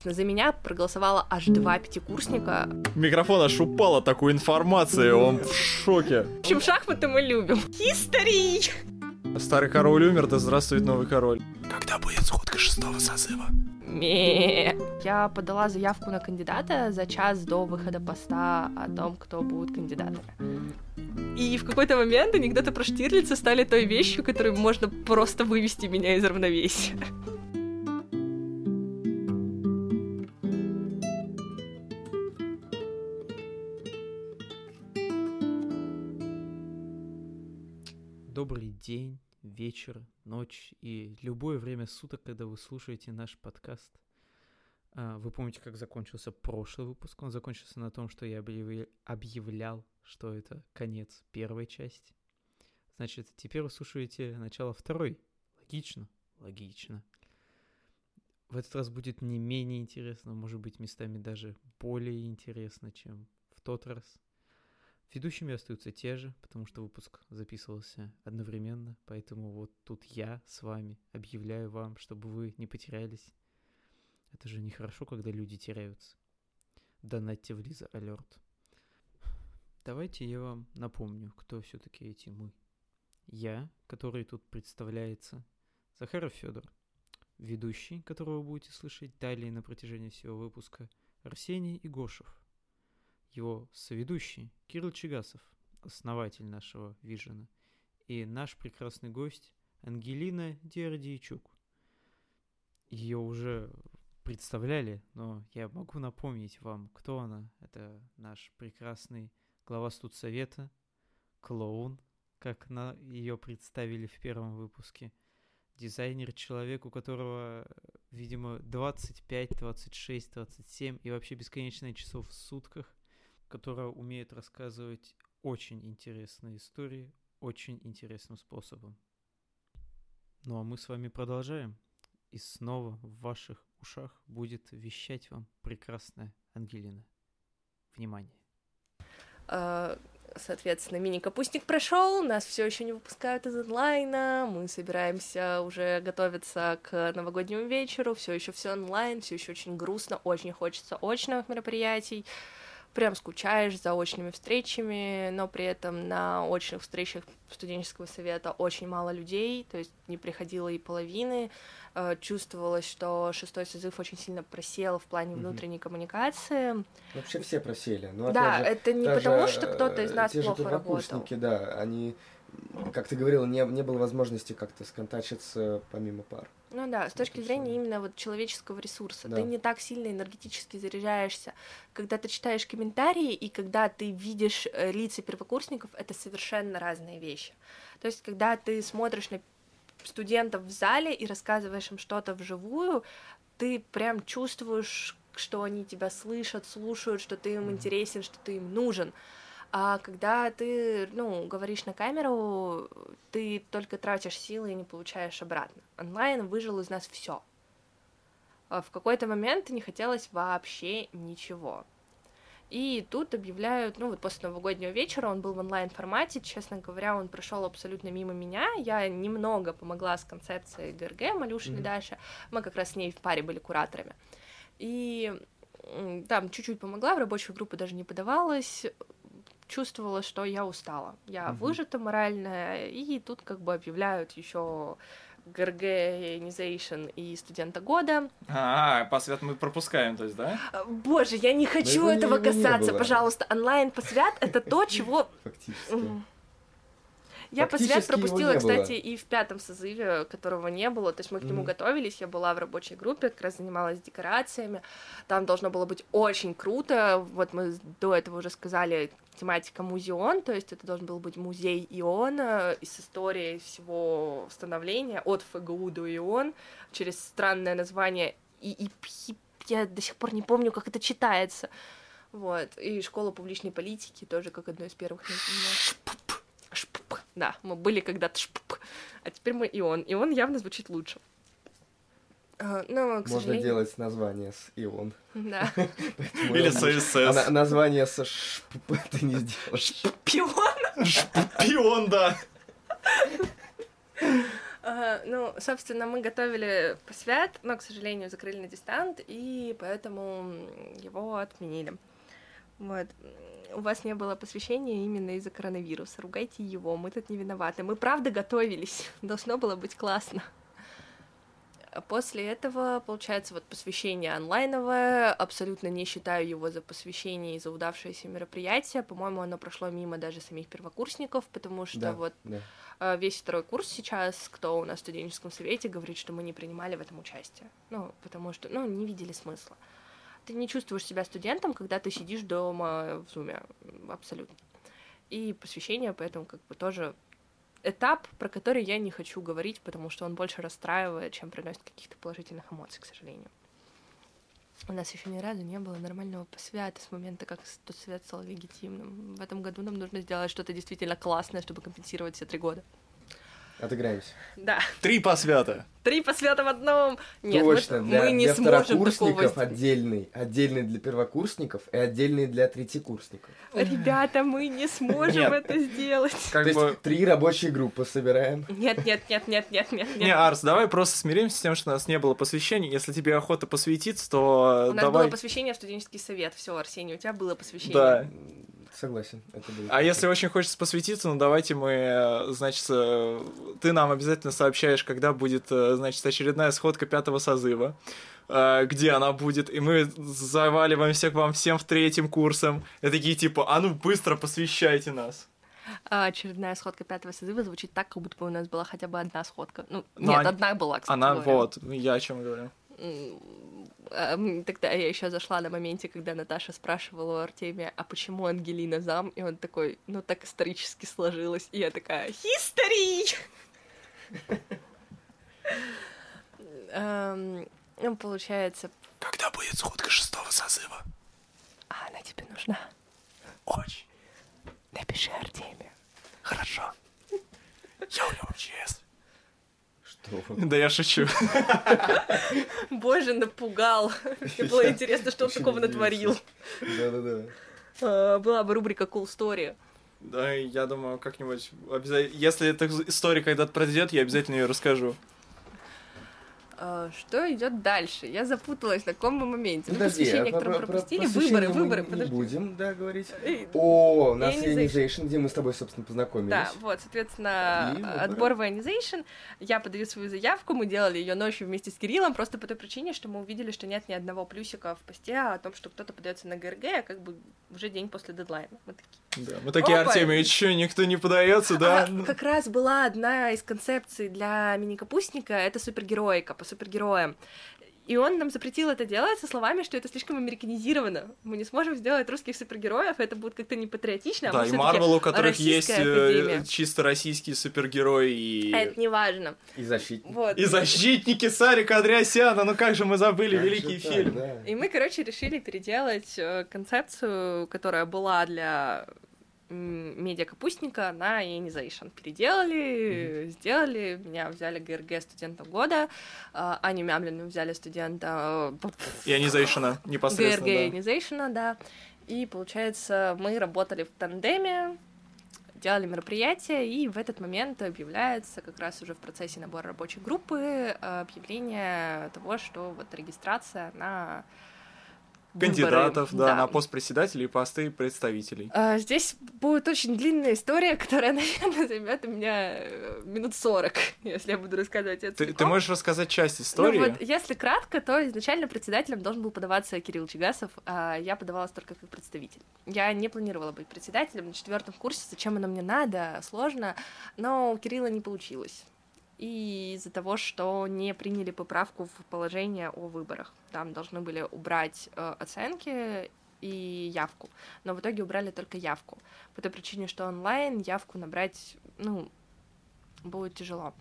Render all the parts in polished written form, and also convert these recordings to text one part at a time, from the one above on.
За меня проголосовало аж 2 пятикурсника. Микрофон аж упал от такой информации, он в шоке. В общем, шахматы мы любим. History! Старый король умер, да здравствует новый король. Когда будет сходка 6-го созыва? Я подала заявку на кандидата за час до выхода поста о том, кто будут кандидатами. И в какой-то момент анекдоты про Штирлица стали той вещью, которой можно просто вывести меня из равновесия. Добрый день, вечер, ночь и любое время суток, когда вы слушаете наш подкаст. Вы помните, как закончился прошлый выпуск? Он закончился на том, что я объявлял, что это конец первой части. Значит, теперь вы слушаете начало второй. Логично? Логично. В этот раз будет не менее интересно, может быть, местами даже более интересно, чем в тот раз. Ведущими остаются те же, потому что выпуск записывался одновременно, поэтому вот тут я с вами объявляю вам, чтобы вы не потерялись. Это же нехорошо, когда люди теряются. Донатьте в Лиза Алерт. Давайте я вам напомню, кто все-таки эти мы. Я, который тут представляется, Захаров Федор, ведущий, которого вы будете слышать далее на протяжении всего выпуска, Арсений Игошев. Его соведущий Кирилл Чигасов, основатель нашего Вижена, и наш прекрасный гость Ангелина Диардийчук. Ее уже представляли, но я могу напомнить вам, кто она. Это наш прекрасный глава студсовета, клоун, как ее представили в первом выпуске, дизайнер, человек, у которого, видимо, 25, 26, 27 и вообще бесконечное часов в сутках, которая умеет рассказывать очень интересные истории очень интересным способом. Ну а мы с вами продолжаем. И снова в ваших ушах будет вещать вам прекрасная Ангелина. Внимание. Соответственно, мини-капустник прошел, нас все еще не выпускают из онлайна, мы собираемся уже готовиться к новогоднему вечеру, все еще все онлайн, все еще очень грустно, очень хочется очных мероприятий. Прям скучаешь за очными встречами, но при этом на очных встречах студенческого совета очень мало людей, то есть не приходило и половины. Чувствовалось, что 6-й созыв очень сильно просел в плане внутренней коммуникации. Вообще все просели. Но да, же, это не потому, что кто-то из нас те плохо же работал. Да, они, как ты говорила, не было возможности как-то сконтачиться помимо пар. Ну да, с точки зрения именно вот человеческого ресурса. Да. Ты не так сильно энергетически заряжаешься. Когда ты читаешь комментарии и когда ты видишь лица первокурсников, это совершенно разные вещи. То есть, когда ты смотришь на студентов в зале и рассказываешь им что-то вживую, ты прям чувствуешь, что они тебя слышат, слушают, что ты им интересен, что ты им нужен. А когда ты, говоришь на камеру, ты только тратишь силы и не получаешь обратно. Онлайн выжил из нас все. В какой-то момент не хотелось вообще ничего. И тут объявляют, после новогоднего вечера, он был в онлайн-формате, честно говоря, он прошел абсолютно мимо меня, я немного помогла с концепцией ГРГ Малюшиной Даши, мы как раз с ней в паре были кураторами. И там чуть-чуть помогла, в рабочую группу даже не подавалась, чувствовала, что я устала, я выжата морально, и тут как бы объявляют еще ГРГ Ionization и студента года. Посвят мы пропускаем, то есть, да? Боже, я не хочу этого касаться, пожалуйста. Онлайн-посвят — это то, чего... Фактически. Я посвят пропустила, кстати, и в 5-м созыве, которого не было, то есть мы к нему готовились, я была в рабочей группе, как раз занималась декорациями, там должно было быть очень круто, вот мы до этого уже сказали, тематика музеон, то есть это должен был быть музей Иона с историей всего становления от ФГУ до Ион, через странное название я до сих пор не помню, как это читается, вот, и школа публичной политики тоже как одно из первых. Да, мы были когда-то а теперь мы Ион. Ион явно звучит лучше. Но, к Можно сожалению... делать название с Ион. Да. Или с СС. Название с ты не сделаешь. Шпион? Шпион, да. Ну, собственно, мы готовили посвят, но, к сожалению, закрыли на дистант, и поэтому его отменили. Вот. У вас не было посвящения именно из-за коронавируса. Ругайте его, мы тут не виноваты. Мы правда готовились. Должно было быть классно. После этого, получается, вот посвящение онлайновое. Абсолютно не считаю его за посвящение и за удавшееся мероприятие. По-моему, оно прошло мимо даже самих первокурсников, потому что весь второй курс сейчас, кто у нас в студенческом совете, говорит, что мы не принимали в этом участие. Ну, потому что, не видели смысла. Ты не чувствуешь себя студентом, когда ты сидишь дома в зуме. Абсолютно. И посвящение, поэтому тоже этап, про который я не хочу говорить, потому что он больше расстраивает, чем приносит каких-то положительных эмоций, к сожалению. У нас еще ни разу не было нормального посвята с момента, как тот свет стал легитимным. В этом году нам нужно сделать что-то действительно классное, чтобы компенсировать все 3 года. Отыграемся. Да. 3 посвята. 3 посвята в одном. Нет, точно, мы не для сможем такого. отдельный для первокурсников и отдельный для третьекурсников. Ребята, мы не сможем это сделать. То есть 3 рабочие группы собираем. Нет. Не, Арс, давай просто смиримся с тем, что у нас не было посвящений. Если тебе охота посвятиться, то у нас давай... было посвящение в студенческий совет. Все, Арсений, у тебя было посвящение. Да. Согласен, это было. А если очень хочется посвятиться, давайте мы, значит, ты нам обязательно сообщаешь, когда будет, значит, очередная сходка 5-го созыва, где она будет, и мы заваливаемся к вам всем в 3-м курсом, и такие типа, быстро посвящайте нас. Очередная сходка 5-го созыва звучит так, как будто бы у нас была хотя бы одна сходка. Одна была, кстати говоря. Я о чем говорю. Тогда я еще зашла на моменте, когда Наташа спрашивала у Артемия, а почему Ангелина зам? И он такой, так исторически сложилось. И я такая, history! Получается... Когда будет сходка 6-го созыва? Она тебе нужна? Очень. Напиши Артемию. Хорошо. Я у него МЧС. Что? Да я шучу. Боже, напугал. Мне было интересно, что он такого натворил. Да. Была бы рубрика Cool Story. Да, я думаю, как-нибудь обязательно... Если эта история когда-то произойдет, я обязательно ее расскажу. Что идет дальше? Я запуталась на каком моменте. Подожди, посвящение, которое мы пропустили, выборы, мы не будем, говорить. У нас Ionization, где мы с тобой, собственно, познакомились. Да, соответственно, отбор в Ionization. Я подаю свою заявку, мы делали ее ночью вместе с Кириллом, просто по той причине, что мы увидели, что нет ни одного плюсика в посте о том, что кто-то подается на ГРГ, а уже день после дедлайна. Мы такие. Да, мы такие, Артемий, что, никто не подается, да? Как раз была одна из концепций для мини-капустника, это супергероика по супергероям. И он нам запретил это делать со словами, что это слишком американизировано. Мы не сможем сделать русских супергероев, это будет как-то не патриотично. Да, и Марвел, у которых есть чисто российские супергерои. И... Это не важно. И защитники. Вот. И защитники Сарика Андреасяна, как же мы забыли великий фильм. Да. И мы, решили переделать концепцию, которая была для медиа-капустника на Ionization. Переделали, сделали, меня взяли ГРГ студента года, Аню Мямлину взяли студента... Ionization непосредственно, ГРГ Ionization, да. И, получается, мы работали в тандеме, делали мероприятие, и в этот момент объявляется как раз уже в процессе набора рабочей группы объявление того, что регистрация на кандидатов, выборы, на пост председателей и посты представителей. Здесь будет очень длинная история, которая, наверное, займет у меня минут 40, если я буду рассказывать это. Ты можешь рассказать часть истории? Если кратко, то изначально председателем должен был подаваться Кирилл Чигасов, а я подавалась только как представитель. Я не планировала быть председателем на 4-м курсе, зачем оно мне надо, сложно, но у Кирилла не получилось. И из-за того, что не приняли поправку в положение о выборах. Там должны были убрать оценки и явку. Но в итоге убрали только явку. По той причине, что онлайн явку набрать, будет тяжело.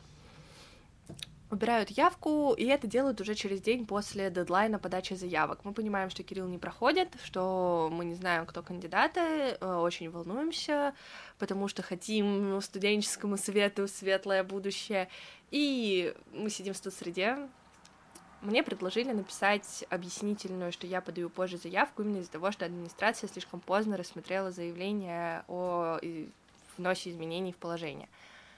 Убирают явку, и это делают уже через день после дедлайна подачи заявок. Мы понимаем, что Кирилл не проходит, что мы не знаем, кто кандидаты, очень волнуемся, потому что хотим студенческому совету светлое будущее. И мы сидим в студсреде. Мне предложили написать объяснительную, что я подаю позже заявку, именно из-за того, что администрация слишком поздно рассмотрела заявление о вносе изменений в положение.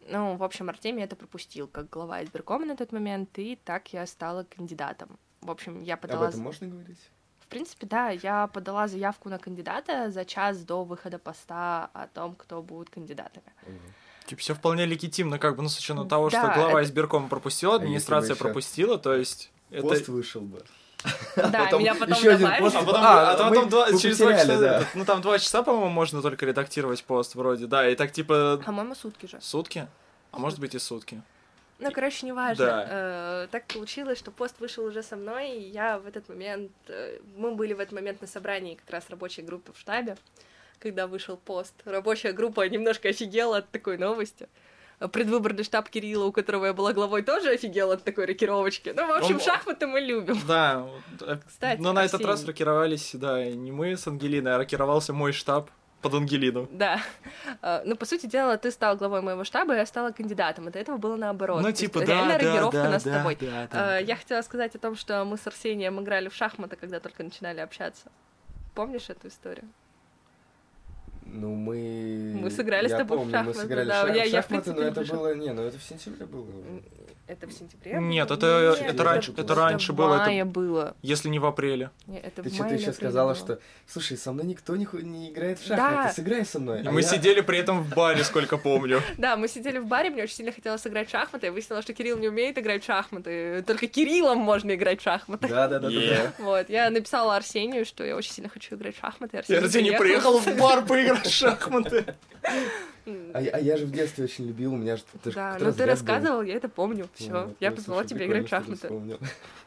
Ну, в общем, Артемий это пропустил как глава избиркома на тот момент, и так я стала кандидатом. В общем, я подала... Об этом можно говорить? В принципе, да, я подала заявку на кандидата за час до выхода поста о том, кто будет кандидатами. Типа все вполне легитимно, как бы, ну, с учетом того, что Да, глава это- избиркома пропустила, администрация если бы ещё пропустила, то есть... Пост вышел бы. Да, потом меня потом ещё один добавили. пост. А потом, мы через 2 потеряли, часа, да. ну там 2 часа, по-моему, можно только редактировать пост вроде, да, и так типа По-моему, сутки же. сутки, а может быть и сутки. Ну, короче, неважно. Да. Так получилось, что пост вышел уже со мной, и я в этот момент... Мы были в этот момент на собрании как раз рабочей группы в штабе, когда вышел пост. Рабочая группа немножко офигела от такой новости. Предвыборный штаб Кирилла, у которого я была главой, тоже офигел от такой рокировочки. Ну, в общем, Он- шахматы мы любим. Да, Кстати, но на этот Арсений. раз рокировались, да, не мы с Ангелиной, а рокировался мой штаб под Ангелину. Да. Ну, по сути дела, ты стал главой моего штаба, я стала кандидатом. И до этого было наоборот. Ну, То есть типа, да, реальная да, рокировка да, нас с да, тобой. да. Я хотела сказать о том, что мы с Арсением играли в шахматы, когда только начинали общаться. Помнишь эту историю? Ну, мы сыграли с я тобой в помню, мы шахматы, сыграли да, в я, в шахматы, принципе, но это люблю было... Не, ну это в сентябре было. Это в сентябре? Нет, было? это- Нет, это раньше- это раньше в было, это- мае было. Если не в апреле. Нет, это Ты в что-то мае или еще апреле сказала, было. что, слушай, со мной никто не играет в Да. шахматы, сыграй со мной. И А мы я- сидели при этом в баре, сколько помню. Да, мы сидели в баре, мне очень сильно хотелось сыграть в шахматы, я выяснила, что Кирилл не умеет играть в шахматы, только Кириллом можно играть в шахматы. Да. Вот, я написала Арсению, что я очень сильно хочу играть в шахматы. И Арсений приехал в бар поиграть в шахматы. А я же в детстве очень любил, у меня же тоже Да, какой-то ну ты разряд был. рассказывал, я это помню. Все, Ну, я ну, позвала слушай, тебя играть в прикольно, что ты шахматы. вспомнил.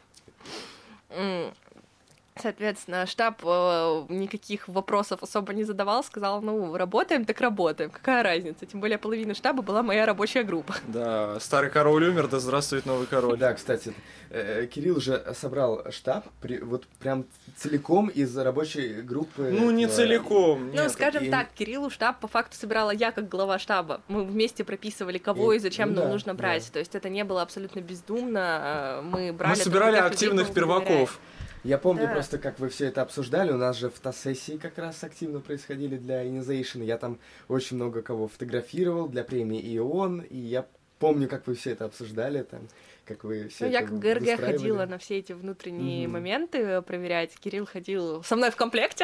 Соответственно, штаб никаких вопросов особо не задавал, сказал, ну, работаем, так работаем, какая разница? Тем более половина штаба была моя рабочая группа. Да, старый король умер, да здравствует новый король. Да, кстати, Кирилл же собрал штаб вот прям целиком из рабочей группы. Ну, не этого- целиком, Ну, нет. скажем и- так, Кириллу штаб по факту собирала я как глава штаба. Мы вместе прописывали, кого и зачем ну нам да, нужно брать. да. То есть это не было абсолютно бездумно. Мы брали Мы только собирали тех людей, активных кому мы доверяем. перваков. Я помню Да. просто, как вы все это обсуждали. У нас же фотосессии как раз активно происходили для Inization. Я там очень много кого фотографировал для премии ИОН. И я помню, как вы все это обсуждали, там, как вы все Ну, я это как ГРГ выстраивали. ходила на все эти внутренние Мгм. моменты проверять. Кирилл ходил со мной в комплекте.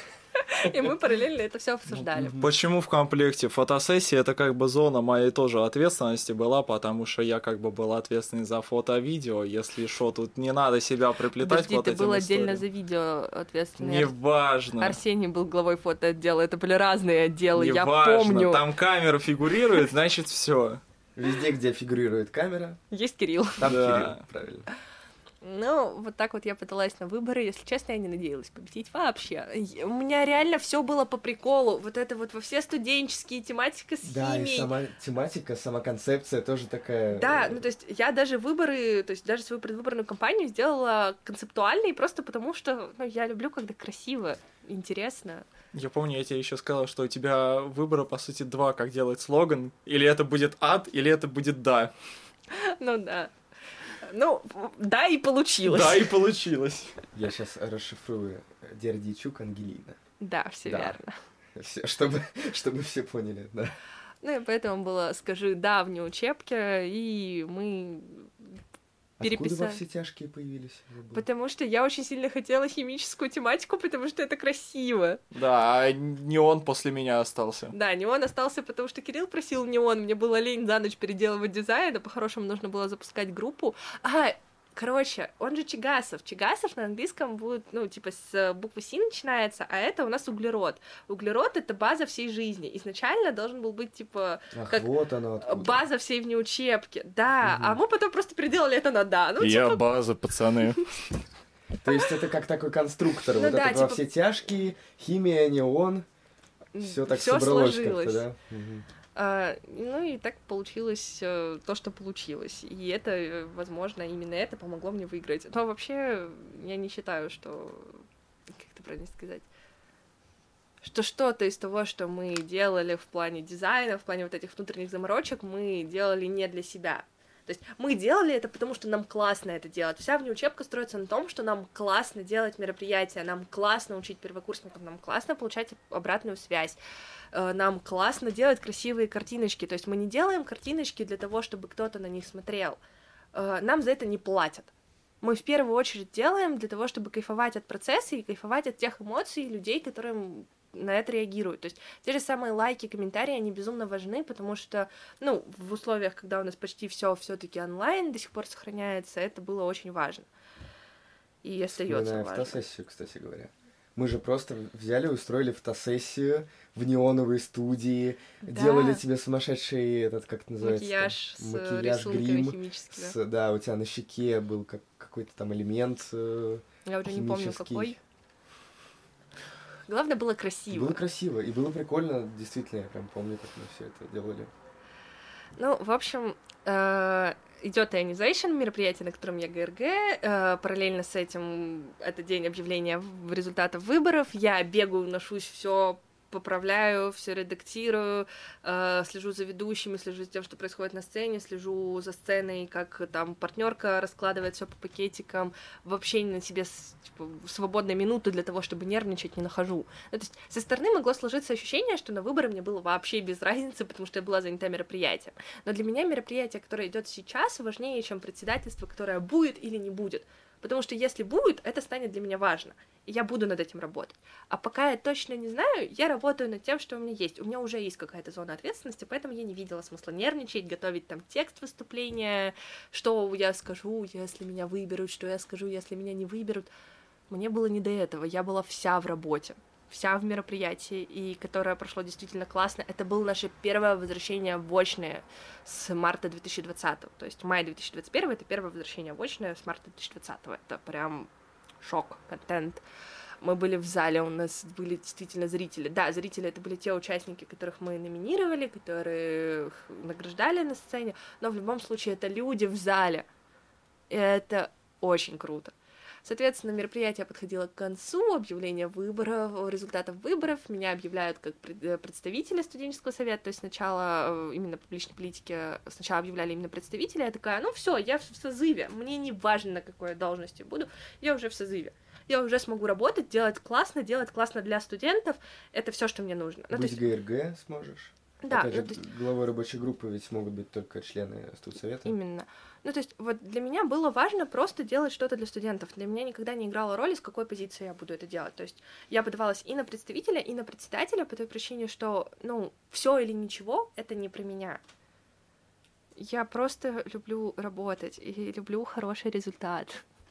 И мы параллельно это все обсуждали. Почему в комплекте? Фотосессия — это как бы зона моей тоже ответственности была, потому что я как бы был ответственный за фото-видео. Если что, тут не надо себя приплетать Подожди, к вот ты этим был отдельно за историям. видео ответственный. Неважно. Арсений был главой фотоотдела. Это были разные отделы, я Неважно. помню. Там камера фигурирует, значит все. Везде, где фигурирует камера, Есть Кирилл. там Да. Кирилл, правильно. Ну, вот так вот я подалась на выборы. Если честно, я не надеялась победить вообще. У меня реально все было по приколу. Вот это вот во все студенческие тематика с Да, и химией. сама тематика, сама концепция тоже такая... Да, ну то есть я даже выборы, то есть даже свою предвыборную кампанию сделала концептуальной, просто потому что, ну, я люблю, когда красиво, интересно. Я помню, я тебе еще сказал, что у тебя выбора, по сути, два, как делать слоган. Или это будет ад, или это будет да. Ну да. Ну, да, и получилось. Да, и получилось. Я сейчас расшифрую. Дердичук Ангелина. Да, все Да. верно. Всё, чтобы все поняли, да. Ну и поэтому было «скажи да» в неучебке, и мы Откуда переписали. во все тяжкие появились? Забыл. Потому что я очень сильно хотела химическую тематику, потому что это красиво. Да, а не он после меня остался. Да, неон остался, потому что Кирилл просил неон, мне было лень за ночь переделывать дизайн, а по-хорошему нужно было запускать группу. Короче, он же Чигасов. Чигасов на английском будет, ну, типа, с буквы С начинается, а это у нас углерод. Углерод — это база всей жизни. Изначально должен был быть, типа, Ах, как вот оно откуда. база всей внеучебки. Да, Мгм. а мы потом просто переделали это на «да». Ну, типа, база, пацаны. То есть это как такой конструктор. Ну Вот да, это во типа- все тяжкие, химия, неон. Все так всё собралось сложилось. как-то, да? Мгм. Ну и так получилось то, что получилось. И это, возможно, именно это помогло мне выиграть. Но вообще я не считаю, что... Как это правильно сказать? Что что-то из того, что мы делали в плане дизайна, в плане вот этих внутренних заморочек, мы делали не для себя. То есть мы делали это, потому что нам классно это делать. Вся внеучебка строится на том, что нам классно делать мероприятия, нам классно учить первокурсников, нам классно получать обратную связь, нам классно делать красивые картиночки. То есть мы не делаем картиночки для того, чтобы кто-то на них смотрел. Нам за это не платят. Мы в первую очередь делаем для того, чтобы кайфовать от процесса и кайфовать от тех эмоций людей, которые на это реагируют. То есть те же самые лайки, комментарии, они безумно важны, потому что, ну, в условиях, когда у нас почти все-таки онлайн до сих пор сохраняется, это было очень важно. И остается важно. Фотосессию, кстати говоря. Мы же просто взяли, устроили фотосессию в неоновой студии, делали тебе сумасшедший этот, как это называется? Макияж грим. Химический. Да, у тебя на щеке был какой-то там элемент Я уже не помню, какой. Главное, было красиво. Было красиво, и было прикольно, действительно, я прям помню, как мы все это делали. Ну, в общем, идет ионизation, мероприятие, на котором я ГРГ, параллельно с этим это день объявления результатов выборов, я бегаю, ношусь, все поправляю, все редактирую, слежу за ведущими, слежу за тем, что происходит на сцене, слежу за сценой, как там партнерка раскладывает все по пакетикам, вообще не на себе типа, свободные минуты для того, чтобы нервничать, не нахожу. Ну, то есть со стороны могло сложиться ощущение, что на выборы мне было вообще без разницы, потому что я была занята мероприятием. Но для меня мероприятие, которое идет сейчас, важнее, чем председательство, которое будет или не будет. Потому что если будет, это станет для меня важно, и я буду над этим работать. А пока я точно не знаю, я работаю над тем, что у меня есть. У меня уже есть какая-то зона ответственности, поэтому я не видела смысла нервничать, готовить там текст выступления, что я скажу, если меня выберут, что я скажу, если меня не выберут. Мне было не до этого, я была вся в работе, вся в мероприятии, и которое прошло действительно классно. Это было наше первое возвращение в очное с марта 2020. То есть май 2021 — это первое возвращение в очное с марта 2020. Это прям шок, контент. Мы были в зале, у нас были действительно зрители. Да, зрители — это были те участники, которых мы номинировали, которых награждали на сцене, но в любом случае это люди в зале. И это очень круто. Соответственно, мероприятие подходило к концу, объявление выборов, результатов выборов, меня объявляют как представителя студенческого совета, то есть сначала именно публичной политики, сначала объявляли именно представителя, я такая, ну все, я в созыве, мне не важно, на какой я должности буду, я уже в созыве. Я уже смогу работать, делать классно для студентов, это все, что мне нужно. Ну, быть ГРГ сможешь? Да. Опять же, главой рабочей группы ведь могут быть только члены студсовета. Именно. Ну, то есть, вот для меня было важно просто делать что-то для студентов. Для меня никогда не играло роли, с какой позиции я буду это делать. То есть, я подавалась и на представителя, и на председателя по той причине, что, ну, все или ничего — это не про меня. Я просто люблю работать и люблю хороший результат.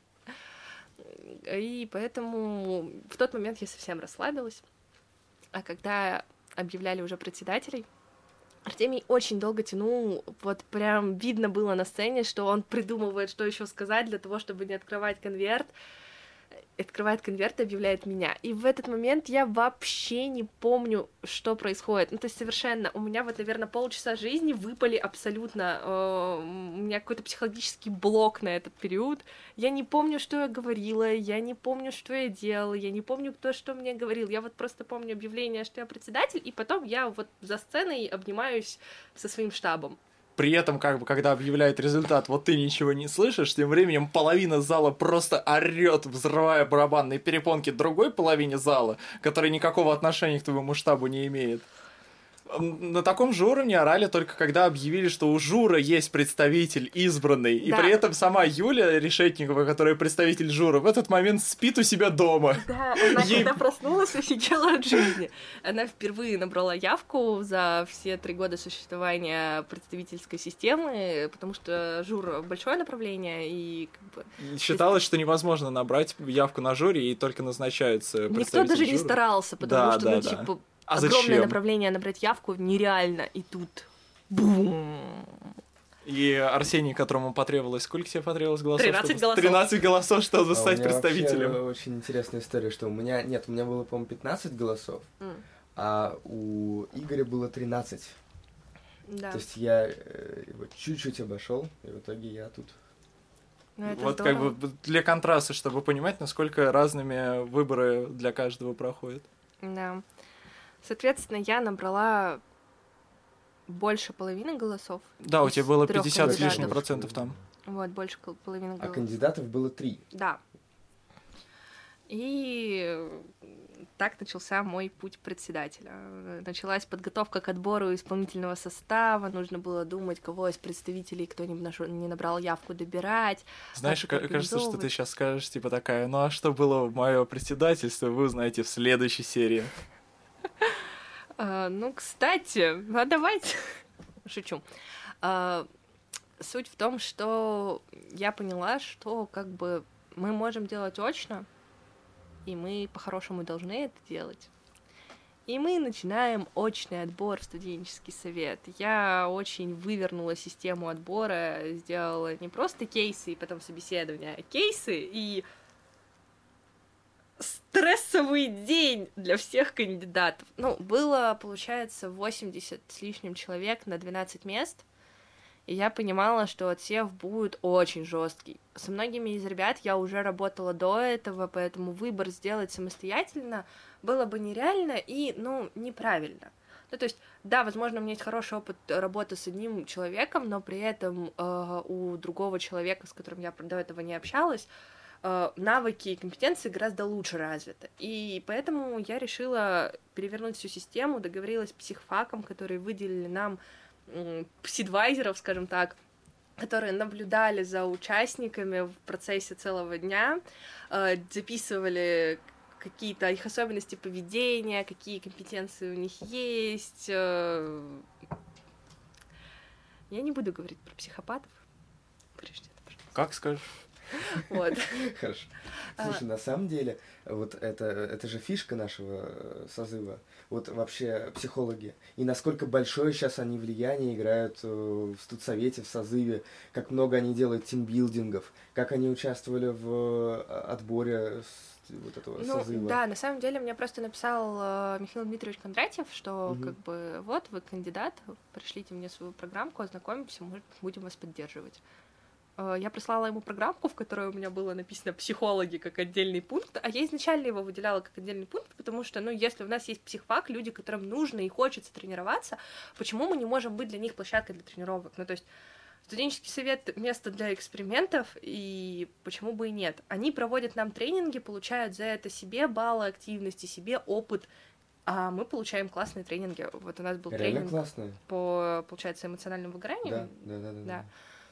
И поэтому в тот момент я совсем расслабилась. А когда объявляли уже председателей, Артемий очень долго тянул, вот прям видно было на сцене, что он придумывает, что еще сказать для того, чтобы не открывать конверт. Открывает конверт и объявляет меня. И в этот момент я вообще не помню, что происходит. Ну, то есть совершенно. У меня вот, наверное, полчаса жизни выпали абсолютно. У меня какой-то психологический блок на этот период. Я не помню, что я говорила, я не помню, что я делала, я не помню, кто что мне говорил. Я вот просто помню объявление, что я председатель, и потом я вот за сценой обнимаюсь со своим штабом. При этом, как бы, когда объявляют результат, вот ты ничего не слышишь, тем временем половина зала просто орёт, взрывая барабанные перепонки другой половине зала, которая никакого отношения к твоему штабу не имеет. На таком же уровне орали только когда объявили, что у Жура есть представитель избранный, и при этом сама Юля Решетникова, которая представитель Жура, в этот момент спит у себя дома. Да, она когда проснулась, офигела от жизни. Она впервые набрала явку за все 3 года существования представительской системы, потому что Жур — большое направление, и как бы... Считалось, что невозможно набрать явку на Журе, и только назначаются представители Никто даже Жура. Не старался, потому что, типа... А огромное зачем? Направление набрать явку нереально, и тут бум. И Арсений, которому потребовалось, сколько тебе потребовалось голосов? 13 голосов. 13 голосов, чтобы стать у меня представителем. Очень интересная история, что у меня было, по-моему, 15 голосов, а у Игоря было 13. Да. То есть я его чуть-чуть обошел, и в итоге я тут. Вот здорово. Как бы для контраста, чтобы понимать, насколько разными выборы для каждого проходят. Да. Соответственно, я набрала больше половины голосов. Да, у тебя было из 50 с 3 лишним кандидатов. процентов там. Вот, больше половины А голосов. кандидатов было 3. Да. И так начался мой путь председателя. Началась подготовка к отбору исполнительного состава, нужно было думать, кого из представителей, кто не набрал явку, добирать. Знаешь, как кажется, что ты организовывать. сейчас скажешь, типа такая, ну а что было в мое председательство, вы узнаете в следующей серии. Ну, кстати, давайте. Шучу. Суть в том, что я поняла, что как бы мы можем делать очно, и мы по-хорошему должны это делать. И мы начинаем очный отбор в студенческий совет. Я очень вывернула систему отбора, сделала не просто кейсы и потом собеседование, а кейсы и стрессовый день для всех кандидатов. Ну, было, получается, 80 с лишним человек на 12 мест, и я понимала, что отсев будет очень жесткий. Со многими из ребят я уже работала до этого, поэтому выбор сделать самостоятельно было бы нереально и, ну, неправильно. Ну, то есть, да, возможно, у меня есть хороший опыт работы с одним человеком, но при этом у другого человека, с которым я до этого не общалась, навыки и компетенции гораздо лучше развиты. И поэтому я решила перевернуть всю систему, договорилась с психфаком, которые выделили нам псидвайзеров, скажем так, которые наблюдали за участниками в процессе целого дня, записывали какие-то их особенности поведения, какие компетенции у них есть. Я не буду говорить про психопатов. Вырежьте это, пожалуйста. Как скажешь? Вот. Хорошо. Слушай, на самом деле, вот это же фишка нашего созыва, вот вообще психологи. И насколько большое сейчас они влияние играют в студсовете, в созыве, как много они делают тимбилдингов, как они участвовали в отборе вот этого созыва. Да, на самом деле мне просто написал Михаил Дмитриевич Кондратьев, что как бы вот вы кандидат, пришлите мне свою программку, ознакомимся, мы будем вас поддерживать. Я прислала ему программку, в которой у меня было написано «психологи» как отдельный пункт, а я изначально его выделяла как отдельный пункт, потому что, ну, если у нас есть психфак, люди, которым нужно и хочется тренироваться, почему мы не можем быть для них площадкой для тренировок? Ну, то есть студенческий совет — место для экспериментов, и почему бы и нет? Они проводят нам тренинги, получают за это себе баллы активности, себе опыт, а мы получаем классные тренинги. Вот у нас был Реально тренинг классные. по, получается, эмоциональному выгоранию. Да.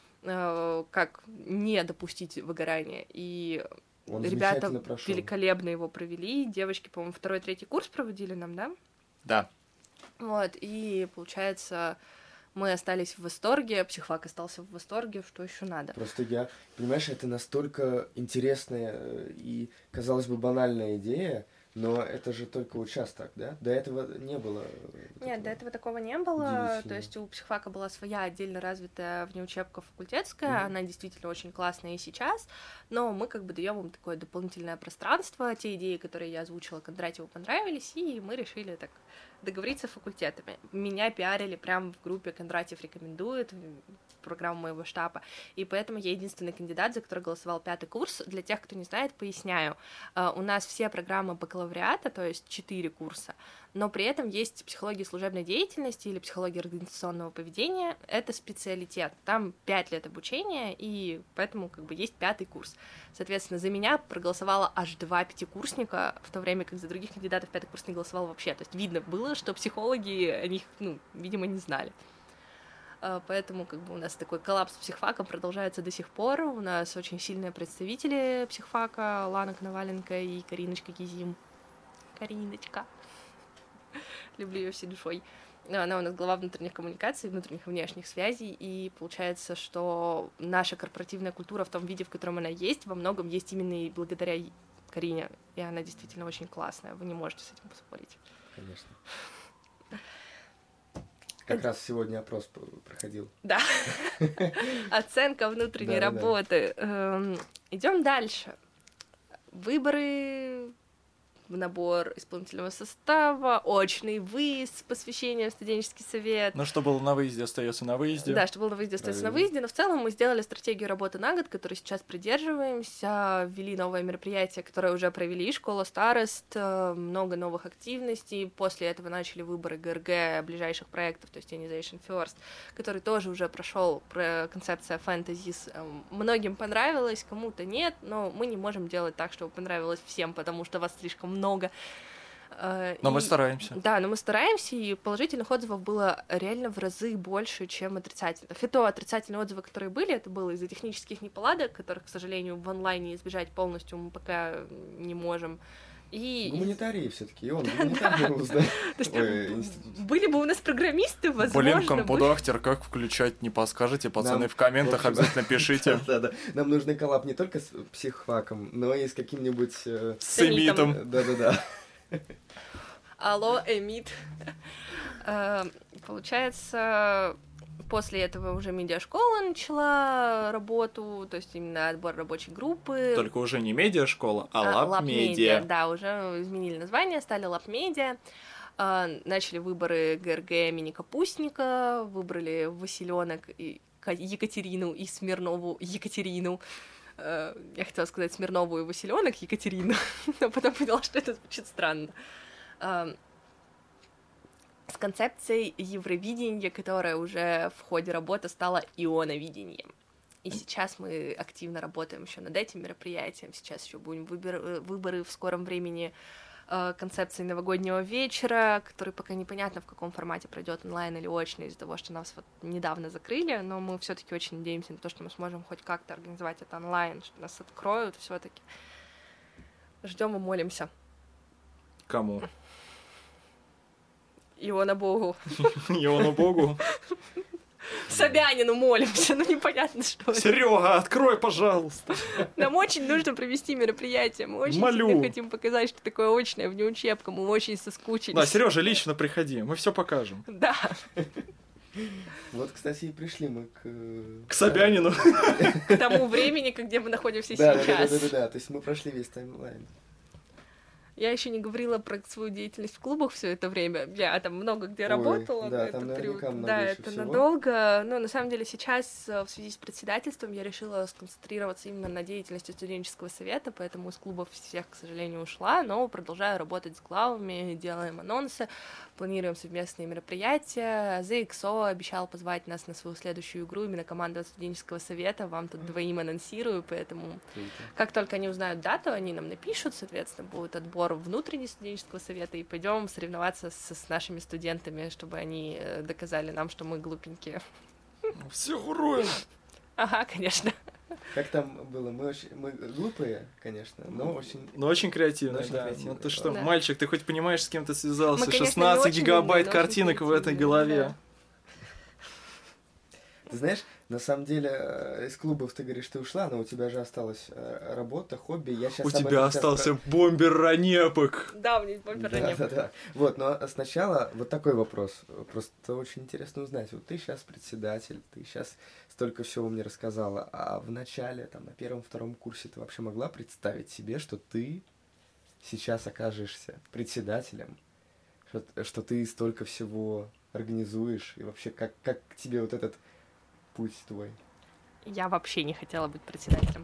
Как не допустить выгорания. И Он ребята замечательно прошел. великолепно его провели. Девочки, по-моему, 2-3 курс проводили нам, да? Да. Вот, и, получается, мы остались в восторге, психфак остался в восторге, что еще надо. Просто понимаешь, это настолько интересная и, казалось бы, банальная идея, но это же только участок, да? До этого не было. Нет, до этого такого не было. То есть у психфака была своя отдельно развитая внеучебка факультетская, она действительно очень классная и сейчас, но мы как бы даем им такое дополнительное пространство. Те идеи, которые я озвучила Кондратьеву, понравились, и мы решили так договориться с факультетами. Меня пиарили прямо в группе «Кондратьев рекомендует», программу моего штаба, и поэтому я единственный кандидат, за который голосовал 5-й курс. Для тех, кто не знает, поясняю. У нас все программы бакалавриата, то есть 4 курса, но при этом есть психология служебной деятельности или психология организационного поведения. Это специалитет. Там 5 лет обучения, и поэтому как бы есть 5-й курс. Соответственно, за меня проголосовало аж 2 пятикурсника, в то время как за других кандидатов 5-й курс не голосовал вообще. То есть видно было, что психологи о них, видимо, не знали. Поэтому как бы у нас такой коллапс с психфаком продолжается до сих пор. У нас очень сильные представители психфака, Лана Коноваленко и Кариночка Кизим. Кариночка. Люблю ее всей душой. Она у нас глава внутренних коммуникаций, внутренних и внешних связей, и получается, что наша корпоративная культура в том виде, в котором она есть, во многом есть именно и благодаря Карине, и она действительно очень классная, вы не можете с этим поспорить. Конечно. Как раз сегодня опрос проходил. Да. Оценка внутренней работы. Идем дальше. Выборы набор исполнительного состава, очный выезд, посвящение в студенческий совет. Ну, что было на выезде, остается на выезде. Да, что было на выезде, остается на выезде, но в целом мы сделали стратегию работы на год, которую сейчас придерживаемся, ввели новое мероприятие, которое уже провели, школа старост, много новых активностей, после этого начали выборы ГРГ ближайших проектов, то есть Ionization First, который тоже уже прошел, про концепция фэнтезис. Многим понравилось, кому-то нет, но мы не можем делать так, чтобы понравилось всем, потому что вас слишком много. Но мы стараемся. Да, но мы стараемся, и положительных отзывов было реально в разы больше, чем отрицательных. И то отрицательные отзывы, которые были, это было из-за технических неполадок, которых, к сожалению, в онлайне избежать полностью мы пока не можем. И... Гуманитарии все-таки, и он гуманитарный вуз, да? Были бы у нас программисты, возможно... Блин, компудахтер, как включать, не подскажете, пацаны, в комментах обязательно пишите. Да-да, нам нужный коллаб не только с психфаком, но и с каким-нибудь... С Эмитом. Да-да-да. Алло, Эмит. Получается, после этого уже медиашкола начала работу, то есть именно отбор рабочей группы. Только уже не медиашкола, а лаб-медиа. Да, уже изменили название, стали лаб-медиа. Начали выборы ГРГ имени Капустника, выбрали Василенок и Екатерину и Смирнову Екатерину. Я хотела сказать Смирнову и Василенок Екатерину, но потом поняла, что это звучит странно. С концепцией Евровидения, которая уже в ходе работы стала ионовидением. И сейчас мы активно работаем еще над этим мероприятием. Сейчас еще будем выборы в скором времени концепции новогоднего вечера, который пока непонятно, в каком формате пройдет онлайн или очно, из-за того, что нас вот недавно закрыли, но мы все-таки очень надеемся на то, что мы сможем хоть как-то организовать это онлайн, что нас откроют все-таки. Ждем и молимся. Кому? Иона Богу. Иона Богу? Собянину молимся, ну непонятно, что это. Серега, открой, пожалуйста. Нам очень нужно провести мероприятие. Мы очень сильно хотим показать, что такое очное внеучебка. Мы очень соскучились. Да, Сережа, лично приходи, мы все покажем. Да. Вот, кстати, и пришли мы к Собянину. К тому времени, где мы находимся сейчас. Да, то есть мы прошли весь таймлайн. Я еще не говорила про свою деятельность в клубах все это время. Я там много где работала. Да, там наверняка много да, еще это всего. Надолго. Но на самом деле сейчас в связи с председательством я решила сконцентрироваться именно на деятельности студенческого совета, поэтому из клубов всех, к сожалению, ушла, но продолжаю работать с главами, делаем анонсы, планируем совместные мероприятия. ZXO обещал позвать нас на свою следующую игру, именно команду студенческого совета. Вам тут двоим анонсирую, поэтому как только они узнают дату, они нам напишут, соответственно, будет отбор внутреннего студенческого совета, и пойдем соревноваться с нашими студентами, чтобы они доказали нам, что мы глупенькие. Все уроем. Ага, конечно. Как там было? Мы глупые, конечно, но очень... Но очень креативные, очень да. креативные. Ну ты что, Да. мальчик, ты хоть понимаешь, с кем ты связался? Мы, конечно, 16 не очень гигабайт умные, но картинок очень в этой голове. креативные, Ты знаешь, на самом деле, из клубов ты говоришь, ты ушла, но у тебя же осталась работа, хобби. Я сейчас У тебя остался бомбер ранепок. Да, у меня есть бомбер ранепок. Да. Вот, но сначала вот такой вопрос. Просто очень интересно узнать. Вот ты сейчас председатель, ты сейчас столько всего мне рассказала, а в начале, там, на первом-втором курсе ты вообще могла представить себе, что ты сейчас окажешься председателем, что ты столько всего организуешь, и вообще как тебе вот этот путь твой? Я вообще не хотела быть председателем.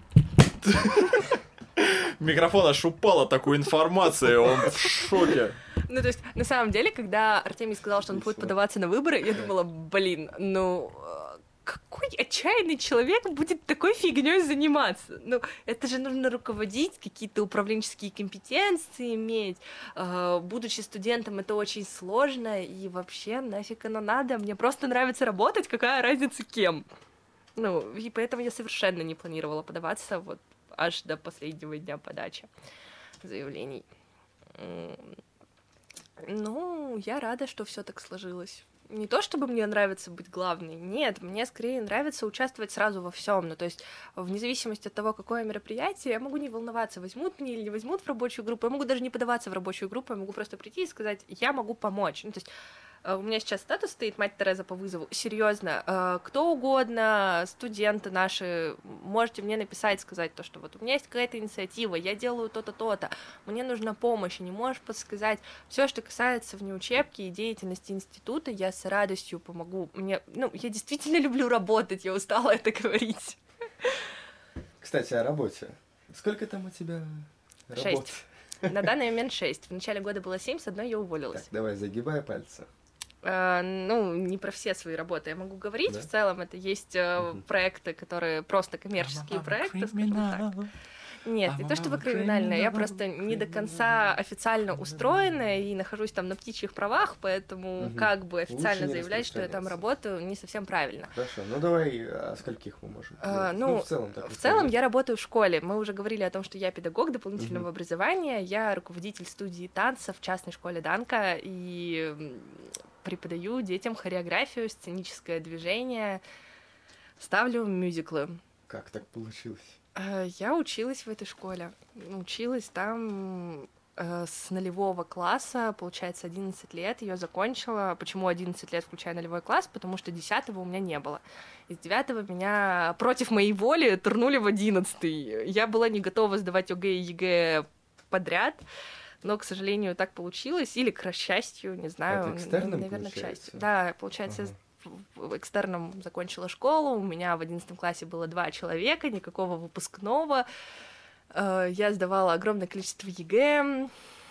Микрофон аж упал от такой информации, он в шоке. Ну, то есть, на самом деле, когда Артемий сказал, что он будет подаваться на выборы, я думала, блин, ну... Какой отчаянный человек будет такой фигней заниматься? Ну, это же нужно руководить, какие-то управленческие компетенции иметь. Будучи студентом, это очень сложно, и вообще нафиг оно надо. Мне просто нравится работать, какая разница кем. Ну, и поэтому я совершенно не планировала подаваться вот аж до последнего дня подачи заявлений. Ну, я рада, что все так сложилось. Не то, чтобы мне нравится быть главной, нет, мне скорее нравится участвовать сразу во всем. Ну, то есть, вне зависимости от того, какое мероприятие, я могу не волноваться, возьмут меня или не возьмут в рабочую группу, я могу даже не подаваться в рабочую группу, я могу просто прийти и сказать, я могу помочь. Ну, то есть, У меня сейчас статус стоит «Мать Тереза по вызову». Серьезно, кто угодно, студенты наши, можете мне написать, сказать то, что вот у меня есть какая-то инициатива, я делаю то-то, то-то, мне нужна помощь, и не можешь подсказать. Все, что касается внеучебки и деятельности института, я с радостью помогу. Я действительно люблю работать, я устала это говорить. Кстати, о работе. Сколько там у тебя работ? 6. На данный момент 6. В начале года было 7, с одной я уволилась. Так, давай, загибай пальцы. Не про все свои работы я могу говорить. Да? В целом это есть проекты, которые просто коммерческие проекты, скажем так. Нет, не то чтобы криминальная, я просто не до конца официально устроена и нахожусь там на птичьих правах, поэтому как бы официально заявлять, что я там работаю, не совсем правильно. Хорошо, давай, о скольких мы можем? В целом я работаю в школе. Мы уже говорили о том, что я педагог дополнительного образования, я руководитель студии танца в частной школе Данка и преподаю детям хореографию, сценическое движение, ставлю мюзиклы. Как так получилось? Я училась в этой школе. Училась там с 0 класса, получается, 11 лет. Ее закончила. Почему 11 лет, включая 0 класс? Потому что 10-го у меня не было. Из 9-го меня против моей воли турнули в 11-й. Я была не готова сдавать ОГЭ и ЕГЭ подряд, но, к сожалению, так получилось. Или к счастью, не знаю. Это экстерном, наверное, получается? К счастью. Да, получается, в экстерном закончила школу, у меня в 11 классе было 2 человека, никакого выпускного, я сдавала огромное количество ЕГЭ,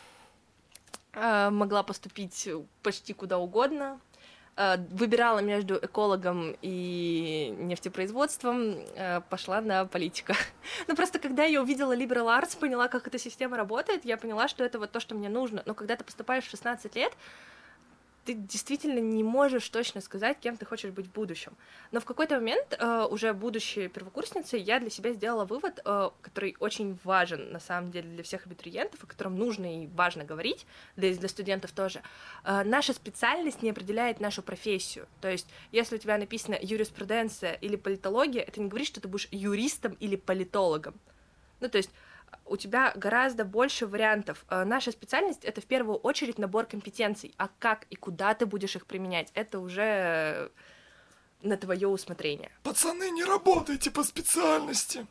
могла поступить почти куда угодно, выбирала между экологом и нефтепроизводством, пошла на политика. Просто когда я увидела liberal arts, поняла, как эта система работает, я поняла, что это вот то, что мне нужно. Но когда ты поступаешь в 16 лет, ты действительно не можешь точно сказать, кем ты хочешь быть в будущем. Но в какой-то момент, уже будучи первокурсницей, я для себя сделала вывод, который очень важен, на самом деле, для всех абитуриентов, о котором нужно и важно говорить, да и для студентов тоже. Наша специальность не определяет нашу профессию. То есть, если у тебя написано юриспруденция или политология, это не говорит, что ты будешь юристом или политологом. То есть, у тебя гораздо больше вариантов. Наша специальность — это в первую очередь набор компетенций, а как и куда ты будешь их применять, это уже на твое усмотрение. Пацаны, не работайте по специальности.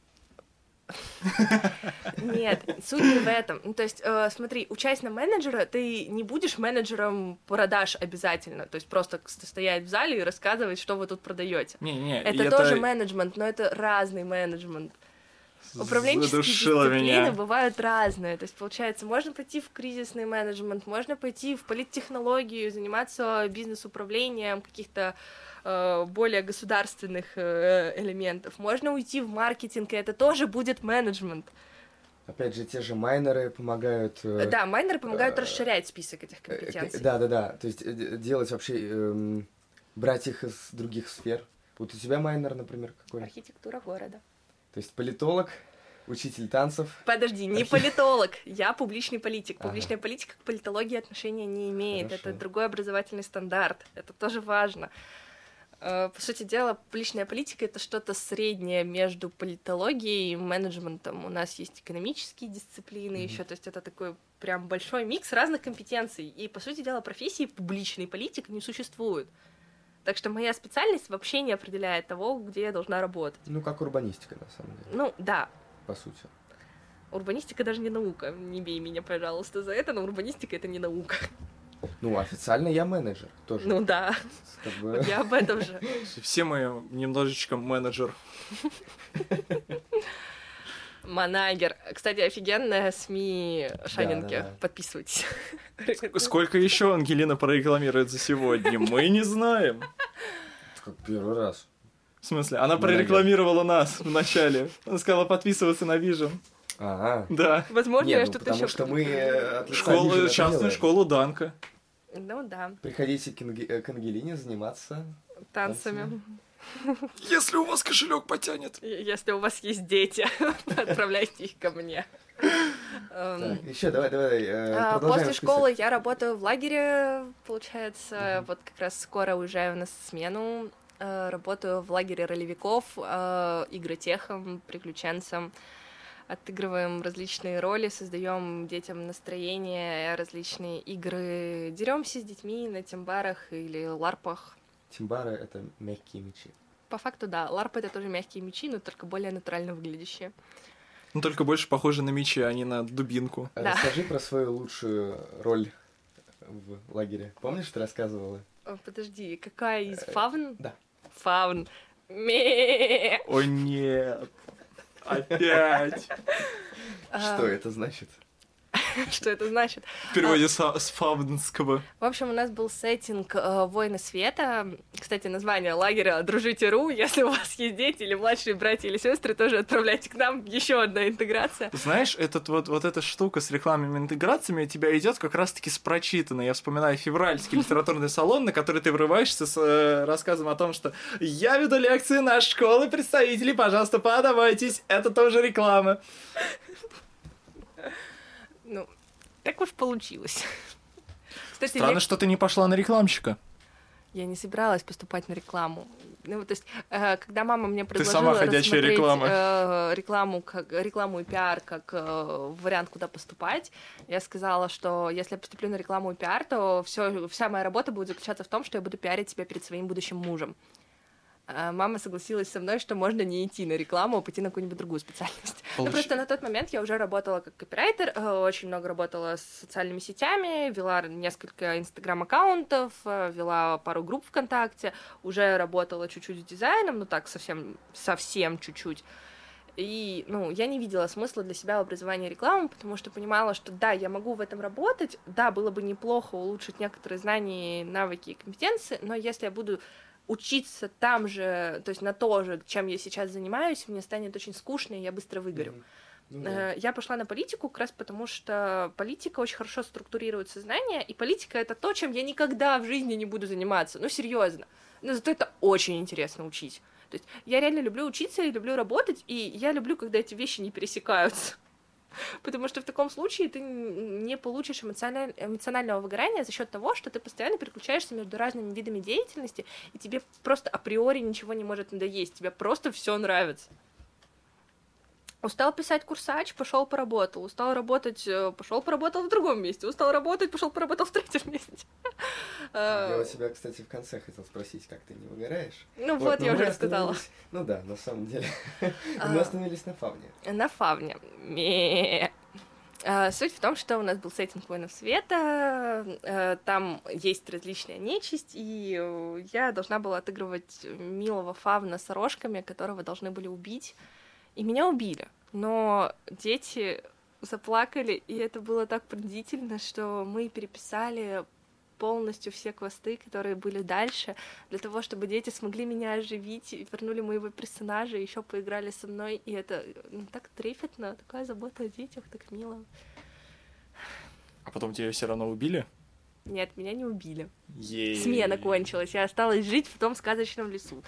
Нет, суть не в этом. То есть, смотри, учась на менеджера, ты не будешь менеджером продаж обязательно, то есть просто стоять в зале и рассказывать, что вы тут продаете. Это тоже менеджмент, но это разный менеджмент. Управленческие дисциплины бывают разные. То есть, получается, можно пойти в кризисный менеджмент, можно пойти в политтехнологию, заниматься бизнес-управлением каких-то более государственных элементов. Можно уйти в маркетинг, и это тоже будет менеджмент. Опять же, те же майнеры помогают... Да, майнеры помогают расширять список этих компетенций. Да. То есть делать вообще... брать их из других сфер. Вот у тебя майнер, например, какой? Архитектура города. То есть политолог, учитель танцев. Подожди, не политолог, я публичный политик. Публичная политика к политологии отношения не имеет. Хорошо. Это другой образовательный стандарт. Это тоже важно. По сути дела, публичная политика — это что-то среднее между политологией и менеджментом. У нас есть экономические дисциплины еще, то есть это такой прям большой микс разных компетенций. И, по сути дела, профессии публичный политик не существует. Так что моя специальность вообще не определяет того, где я должна работать. Как урбанистика, на самом деле. Да. По сути. Урбанистика даже не наука. Не бей меня, пожалуйста, за это, но урбанистика — это не наука. Официально я менеджер тоже. Да. Я об этом же. Все мы немножечко менеджер. Манагер. Кстати, офигенная СМИ Шанинки. Да. Подписывайтесь. Сколько еще Ангелина прорекламирует за сегодня? Мы не знаем. Как первый раз. В смысле? Она прорекламировала нас в начале. Она сказала подписываться на Vision. Ага. Да. Возможно, я что-то еще... Потому что мы... Частную школу Данка. Да. Приходите к Ангелине заниматься танцами. Если у вас кошелек потянет. Если у вас есть дети, отправляйте их ко мне. Еще давай. После школы я работаю в лагере, получается, вот как раз скоро уезжаю на смену. Работаю в лагере ролевиков, игротехом, приключенцем. отыгрываем различные роли, создаем детям настроение, различные игры, деремся с детьми на тимбарах или ларпах. Тимбары — это мягкие мечи. По факту, да, ларпы — это тоже мягкие мечи, но только более натурально выглядящие. Ну, только больше похожи на мечи, а не на дубинку. Да. Расскажи про свою лучшую роль в лагере. Помнишь, ты рассказывала? Подожди, какая из фавн? Да. Фавн. Ме. О, нет. Опять. Что это значит? Что это значит? В переводе с фавнского. В общем, у нас был сеттинг «Войны света». Кстати, название лагеря «Дружите.ру». Если у вас есть дети или младшие братья или сестры, тоже отправляйте к нам. Еще одна интеграция. Знаешь, вот эта штука с рекламными интеграциями у тебя идет как раз-таки с прочитанной. Я вспоминаю февральский литературный салон, на который ты врываешься с рассказом о том, что я веду лекции на школы представителей, пожалуйста, подавайтесь. Это тоже реклама. Ну, так уж получилось. Кстати, Странно, что ты не пошла на рекламщика. Я не собиралась поступать на рекламу. Ну, то есть, когда мама мне предложила сама ходячая рассмотреть рекламу и пиар как вариант, куда поступать, я сказала, что если я поступлю на рекламу и пиар, то вся моя работа будет заключаться в том, что я буду пиарить себя перед своим будущим мужем. Мама согласилась со мной, что можно не идти на рекламу, а пойти на какую-нибудь другую специальность. Ну, просто на тот момент я уже работала как копирайтер, очень много работала с социальными сетями, вела несколько инстаграм-аккаунтов, вела пару групп ВКонтакте, уже работала чуть-чуть с дизайном, ну так, совсем чуть-чуть. И, я не видела смысла для себя в образовании рекламы, потому что понимала, что да, я могу в этом работать, да, было бы неплохо улучшить некоторые знания, навыки и компетенции, но если я буду учиться там же, то есть на то же, чем я сейчас занимаюсь, мне станет очень скучно, и я быстро выгорю. Я пошла на политику как раз потому, что политика очень хорошо структурирует сознание, и политика — это то, чем я никогда в жизни не буду заниматься, серьезно. Но зато это очень интересно учить. То есть я реально люблю учиться и люблю работать, и я люблю, когда эти вещи не пересекаются. Потому что в таком случае ты не получишь эмоционального выгорания за счет того, что ты постоянно переключаешься между разными видами деятельности, и тебе просто априори ничего не может надоесть, тебе просто все нравится. Устал писать курсач, пошел поработал. Устал работать, пошел поработал в другом месте. Устал работать, пошел поработал в третьем месте. Я у тебя, кстати, в конце хотел спросить, как ты не выгораешь. Вот я уже рассказала. Ну да, на самом деле. Мы остановились на фавне. На фавне. Суть в том, что у нас был сеттинг «Воинов света», там есть различная нечисть, и я должна была отыгрывать милого фавна с рожками, которого должны были убить. И меня убили, но дети заплакали, и это было так пронзительно, что мы переписали полностью все квесты, которые были дальше, для того, чтобы дети смогли меня оживить, и вернули моего персонажа, и еще поиграли со мной, и это так трепетно, такая забота о детях, так мило. А потом тебя все равно убили? Нет, меня не убили. Е-е-е. Смена кончилась, я осталась жить в том сказочном лесу.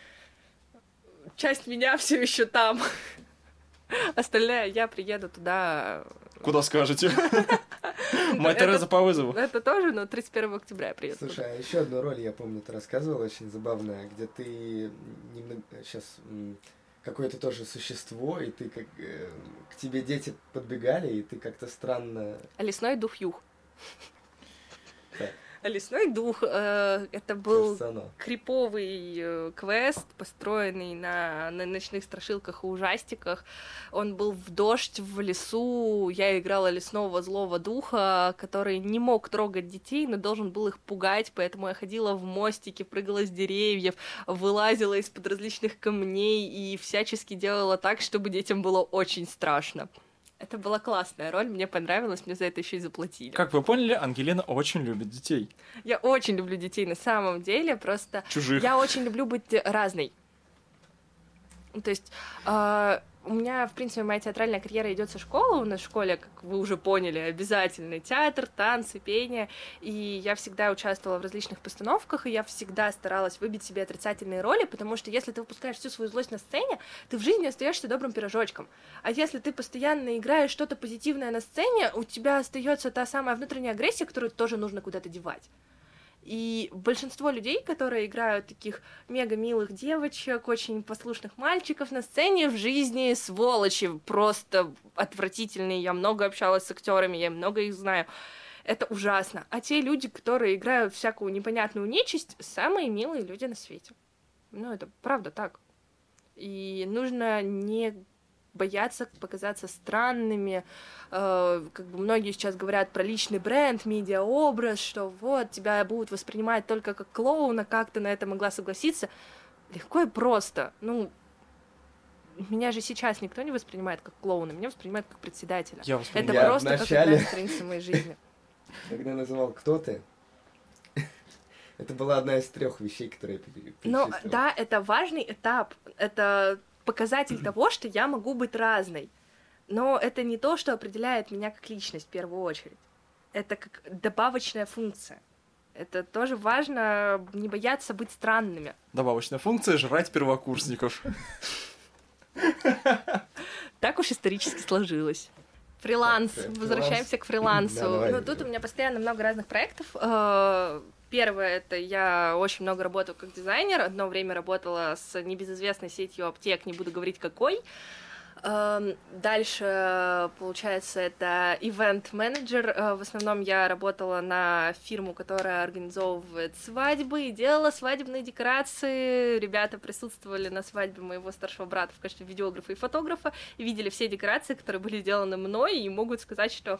Часть меня все еще там. Остальная я приеду туда. Куда скажете? Мать Тереза по вызову. Это тоже, но 31 октября я приеду. Слушай, а еще одну роль, я помню, ты рассказывала, очень забавная, где ты сейчас какое-то тоже существо, и ты как к тебе дети подбегали, и ты как-то странно. Лесной дух Юх. Да. Лесной дух это был Кажется, криповый квест, построенный на ночных страшилках и ужастиках. Он был в дождь, в лесу. Я играла лесного злого духа, который не мог трогать детей, но должен был их пугать, поэтому я ходила в мостике, прыгала с деревьев, вылазила из-под различных камней и всячески делала так, чтобы детям было очень страшно. Это была классная роль, мне понравилось, мне за это еще и заплатили. Как вы поняли, Ангелина очень любит детей. Я очень люблю детей на самом деле, просто Чужих. я очень люблю быть разной. То есть у меня, в принципе, моя театральная карьера идет со школы. У нас в школе, как вы уже поняли, обязательный театр, танцы, пение. И я всегда участвовала в различных постановках, и я всегда старалась выбить себе отрицательные роли, потому что если ты выпускаешь всю свою злость на сцене, ты в жизни остаешься добрым пирожочком. А если ты постоянно играешь что-то позитивное на сцене, у тебя остается та самая внутренняя агрессия, которую тоже нужно куда-то девать. И большинство людей, которые играют таких мега милых девочек, очень послушных мальчиков на сцене, в жизни сволочи, просто отвратительные. Я много общалась с актерами, я много их знаю. Это ужасно. А те люди, которые играют всякую непонятную нечисть, самые милые люди на свете. Ну, это правда так. И нужно не бояться показаться странными. Как бы многие сейчас говорят про личный бренд, медиаобраз, что вот, тебя будут воспринимать только как клоуна, как ты на это могла согласиться. Легко и просто. Ну, меня же сейчас никто не воспринимает как клоуна, меня воспринимают как председателя. Это просто как одна страница моей жизни. Когда называл «Кто ты?», это была одна из 3 вещей, которые я перечислил. Ну, да, это важный этап. Это показатель того, что я могу быть разной. Но это не то, что определяет меня как личность в первую очередь. Это как добавочная функция. Это тоже важно, не бояться быть странными. Добавочная функция — жрать первокурсников. Так уж исторически сложилось. Фриланс. Возвращаемся к фрилансу. Ну, тут у меня постоянно много разных проектов. Первое, это я очень много работаю как дизайнер. Одно время работала с небезызвестной сетью аптек, не буду говорить какой. Дальше, получается, это ивент-менеджер. В основном я работала на фирму, которая организовывает свадьбы и делала свадебные декорации. Ребята присутствовали на свадьбе моего старшего брата в качестве видеографа и фотографа и видели все декорации, которые были сделаны мной, и могут сказать, что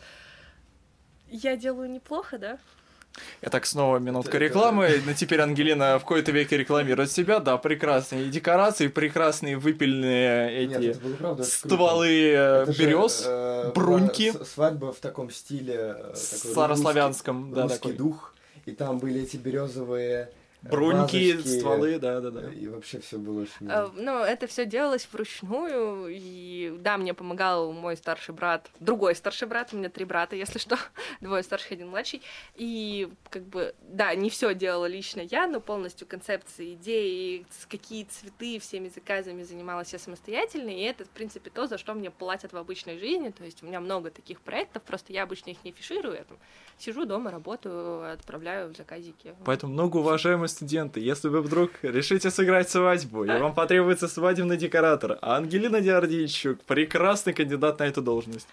я делаю неплохо, да? Итак, снова минутка рекламы. Но теперь Ангелина в кои-то веке рекламирует себя. Да, прекрасные декорации, прекрасные выпиленные эти стволы берез, бруньки. Свадьба в таком стиле старославянском, да, русский дух. И там были эти березовые бруньки, вазочки, стволы, да. И вообще все было очень мило. Ну, это все делалось вручную, и да, мне помогал мой старший брат, другой старший брат, у меня 3 брата, если что, 2 старших, 1 младший, и как бы, да, не все делала лично я, но полностью концепцией, идеей, какие цветы, всеми заказами занималась я самостоятельно, и это, в принципе, то, за что мне платят в обычной жизни, то есть у меня много таких проектов, просто я обычно их не афиширую, я там сижу дома, работаю, отправляю заказики. Поэтому многоуважаемые студенты, если вы вдруг решите сыграть свадьбу, и вам потребуется свадебный декоратор, а Ангелина Диардийчук прекрасный кандидат на эту должность.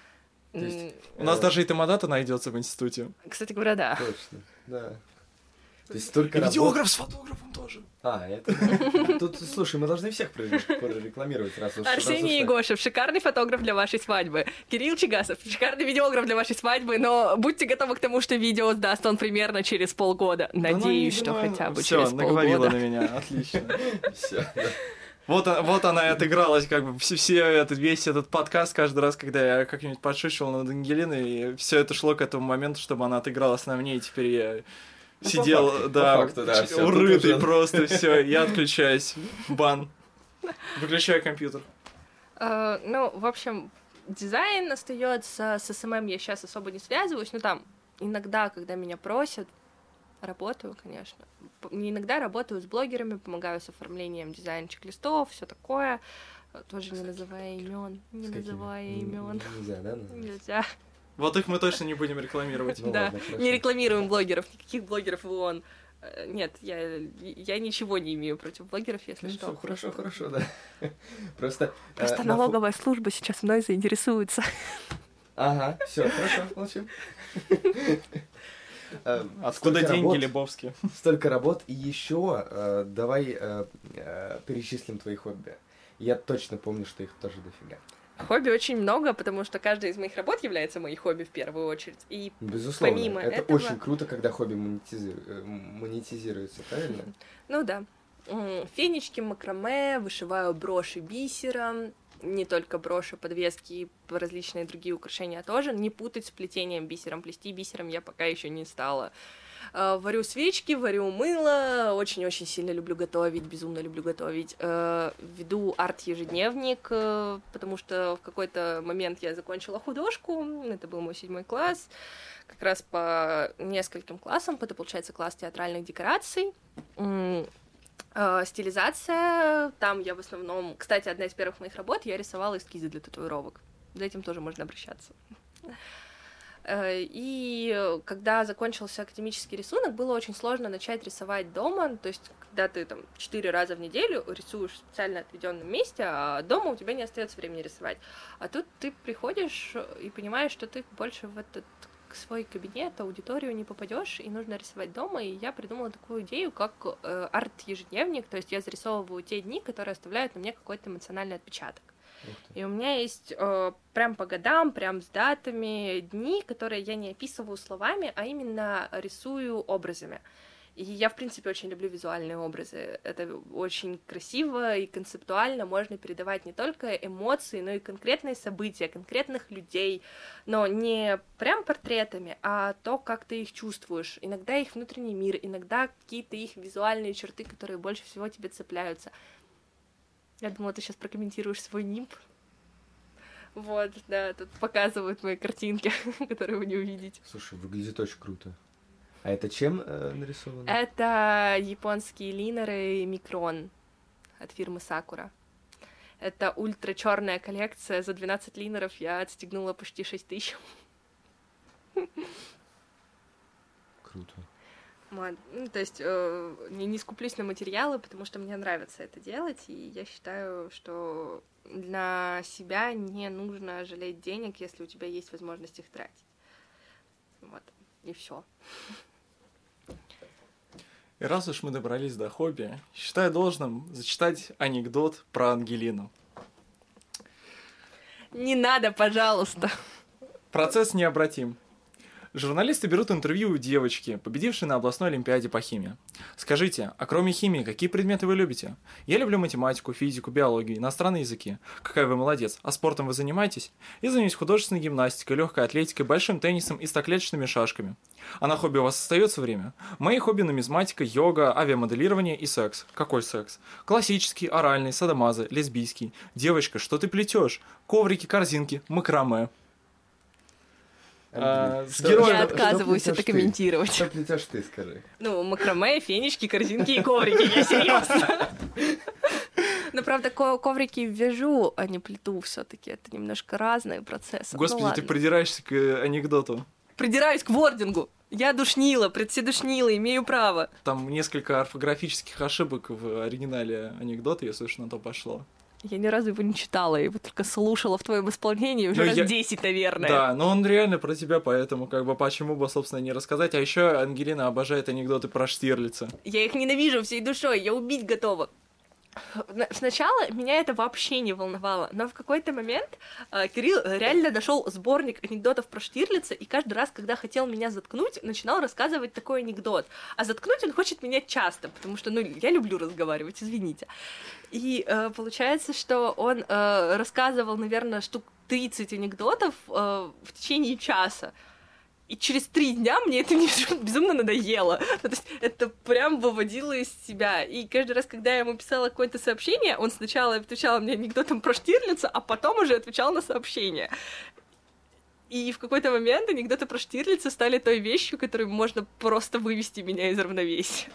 У нас даже и тамадата найдется в институте. Кстати говоря, да. Точно, да. То есть столько и видеограф с фотографом тоже. Это... Тут, слушай, мы должны всех прорекламировать, раз уж... Арсений Егошев, шикарный фотограф для вашей свадьбы. Кирилл Чигасов, шикарный видеограф для вашей свадьбы, но будьте готовы к тому, что видео сдаст он примерно через полгода. Надеюсь, что хотя бы через полгода. Всё, наговорила на меня, отлично. Всё. Вот она и отыгралась, как бы весь этот подкаст каждый раз, когда я как-нибудь подшучивал над Ангелиной, и все это шло к этому моменту, чтобы она отыгралась на мне, и теперь я сидел, по факту, урытый просто, все, я отключаюсь, бан, выключаю компьютер. Ну, в общем, дизайн остается с СММ, я сейчас особо не связываюсь, но там иногда, когда меня просят, работаю, конечно. Не иногда работаю с блогерами, помогаю с оформлением дизайн-чек-листов, все такое. Тоже не называя имен. Нельзя, да? Нельзя. Вот их мы точно не будем рекламировать. Да, не рекламируем блогеров, никаких блогеров в ООН. Нет, я ничего не имею против блогеров, если что. Хорошо, да. Просто налоговая служба сейчас мной заинтересуется. Ага, все, хорошо, молчим. Откуда деньги, Лебовски? Столько работ, и еще давай перечислим твои хобби. Я точно помню, что их тоже дофига. Хобби очень много, потому что каждая из моих работ является моей хобби в первую очередь. И безусловно, помимо это этого... очень круто, когда хобби монетизируется, правильно? Ну да. Фенечки, макраме, вышиваю броши бисером, не только броши, подвески и различные другие украшения тоже. Не путать с плетением бисером. Плести бисером я пока еще не стала. Варю свечки, варю мыло, очень-очень сильно люблю готовить, безумно люблю готовить. Веду арт-ежедневник, потому что в какой-то момент я закончила художку, это был мой 7 класс, как раз по нескольким классам, это получается класс театральных декораций. Стилизация, там я в основном... Кстати, одна из первых моих работ, я рисовала эскизы для татуировок. За этим тоже можно обращаться. И когда закончился академический рисунок, было очень сложно начать рисовать дома, то есть когда ты там 4 раза в неделю рисуешь в специально отведенном месте, а дома у тебя не остается времени рисовать. А тут ты приходишь и понимаешь, что ты больше в этот свой кабинет, аудиторию не попадешь, и нужно рисовать дома, и я придумала такую идею, как арт-ежедневник, то есть я зарисовываю те дни, которые оставляют на мне какой-то эмоциональный отпечаток. И у меня есть прям по годам, прям с датами дни, которые я не описываю словами, а именно рисую образами. И я, в принципе, очень люблю визуальные образы. Это очень красиво и концептуально можно передавать не только эмоции, но и конкретные события, конкретных людей, но не прям портретами, а то, как ты их чувствуешь. Иногда их внутренний мир, иногда какие-то их визуальные черты, которые больше всего тебе цепляются. Я думала, ты сейчас прокомментируешь свой нимб. Вот, да, тут показывают мои картинки, которые вы не увидите. Слушай, выглядит очень круто. А это чем нарисовано? Это японские линеры Микрон от фирмы Сакура. Это ультра черная коллекция. За 12 линеров я отстегнула почти 6 тысяч. Круто. Вот. Ну, то есть не скуплюсь на материалы, потому что мне нравится это делать, и я считаю, что для себя не нужно жалеть денег, если у тебя есть возможность их тратить. Вот, и все. И раз уж мы добрались до хобби, считаю должным зачитать анекдот про Ангелину. Не надо, пожалуйста. Процесс необратим. Журналисты берут интервью у девочки, победившей на областной олимпиаде по химии. Скажите, а кроме химии, какие предметы вы любите? Я люблю математику, физику, биологию, иностранные языки. Какая вы молодец. А спортом вы занимаетесь? Я занимаюсь художественной гимнастикой, легкой атлетикой, большим теннисом и стоклеточными шашками. А на хобби у вас остается время? Мои хобби — нумизматика, йога, авиамоделирование и секс. Какой секс? Классический, оральный, садомазо, лесбийский. Девочка, что ты плетешь? Коврики, корзинки, макраме. С героем... Я отказываюсь это комментировать. Что плетешь ты, скажи? Ну, макраме, фенечки, корзинки и коврики, я серьезно. Но, правда, коврики вяжу, а не плету все-таки. Это немножко разные процессы. Господи, ты придираешься к анекдоту. Придираюсь к вордингу. Я душнила, председушнила, имею право. Там несколько орфографических ошибок в оригинале анекдота, если уж на то пошло. Я ни разу его не читала, я его только слушала в твоем исполнении уже раз 10, наверное. Да, но он реально про тебя, поэтому как бы почему бы, собственно, не рассказать. А еще Ангелина обожает анекдоты про Штирлица. Я их ненавижу всей душой, я убить готова. Сначала меня это вообще не волновало, но в какой-то момент Кирилл реально нашел сборник анекдотов про Штирлица, и каждый раз, когда хотел меня заткнуть, начинал рассказывать такой анекдот. А заткнуть он хочет меня часто, потому что, я люблю разговаривать, извините. И получается, что он рассказывал, наверное, штук 30 анекдотов в течение часа. И через 3 дня мне это безумно надоело. То есть это прям выводило из себя. И каждый раз, когда я ему писала какое-то сообщение, он сначала отвечал мне анекдотом про Штирлица, а потом уже отвечал на сообщение. И в какой-то момент анекдоты про Штирлица стали той вещью, которой можно просто вывести меня из равновесия.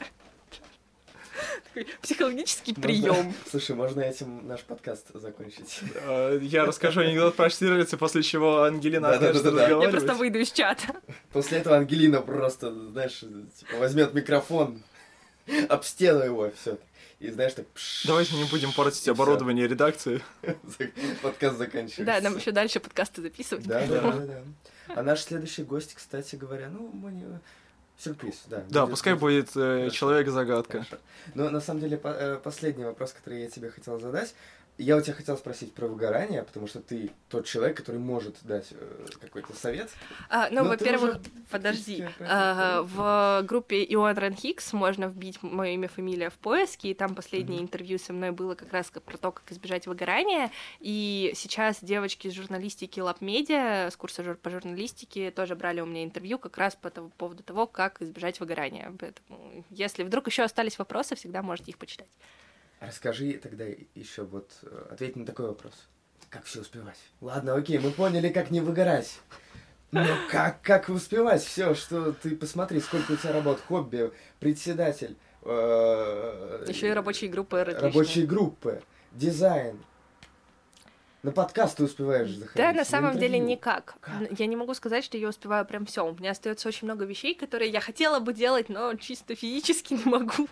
Такой психологический прием. Слушай, можно этим наш подкаст закончить? Я расскажу анекдот про Штирлица, после чего Ангелина откажется разговаривать. Я просто выйду из чата. После этого Ангелина просто, знаешь, типа возьмет микрофон, об стену его, все. И знаешь, так... Давайте не будем портить оборудование редакции. Подкаст заканчивается. Да, нам еще дальше подкасты записывать. Да. А наш следующий гость, кстати говоря, мы не... Сюрприз, да. Да, пускай будет человек-загадка. Но на самом деле последний вопрос, который я тебе хотел задать. Я у тебя хотел спросить про выгорание, потому что ты тот человек, который может дать какой-то совет. Во-первых, подожди. В группе Иоанн Ранхикс можно вбить мое имя, фамилия в поиске, и там последнее интервью со мной было как раз про то, как избежать выгорания. И сейчас девочки из журналистики LabMedia, с курса по журналистике, тоже брали у меня интервью как раз по поводу того, как избежать выгорания. Поэтому, если вдруг еще остались вопросы, всегда можете их почитать. Расскажи тогда еще ответь на такой вопрос. Как все успевать? Ладно, окей, мы поняли, как не выгорать. Но как успевать все, что ты посмотри, сколько у тебя работ, хобби, председатель. Еще и рабочие группы различные. Рабочие группы, дизайн. На подкаст ты успеваешь заходить? Да, на самом деле интервью? никак. Как? Я не могу сказать, что я успеваю прям все. У меня остается очень много вещей, которые я хотела бы делать, но чисто физически не могу.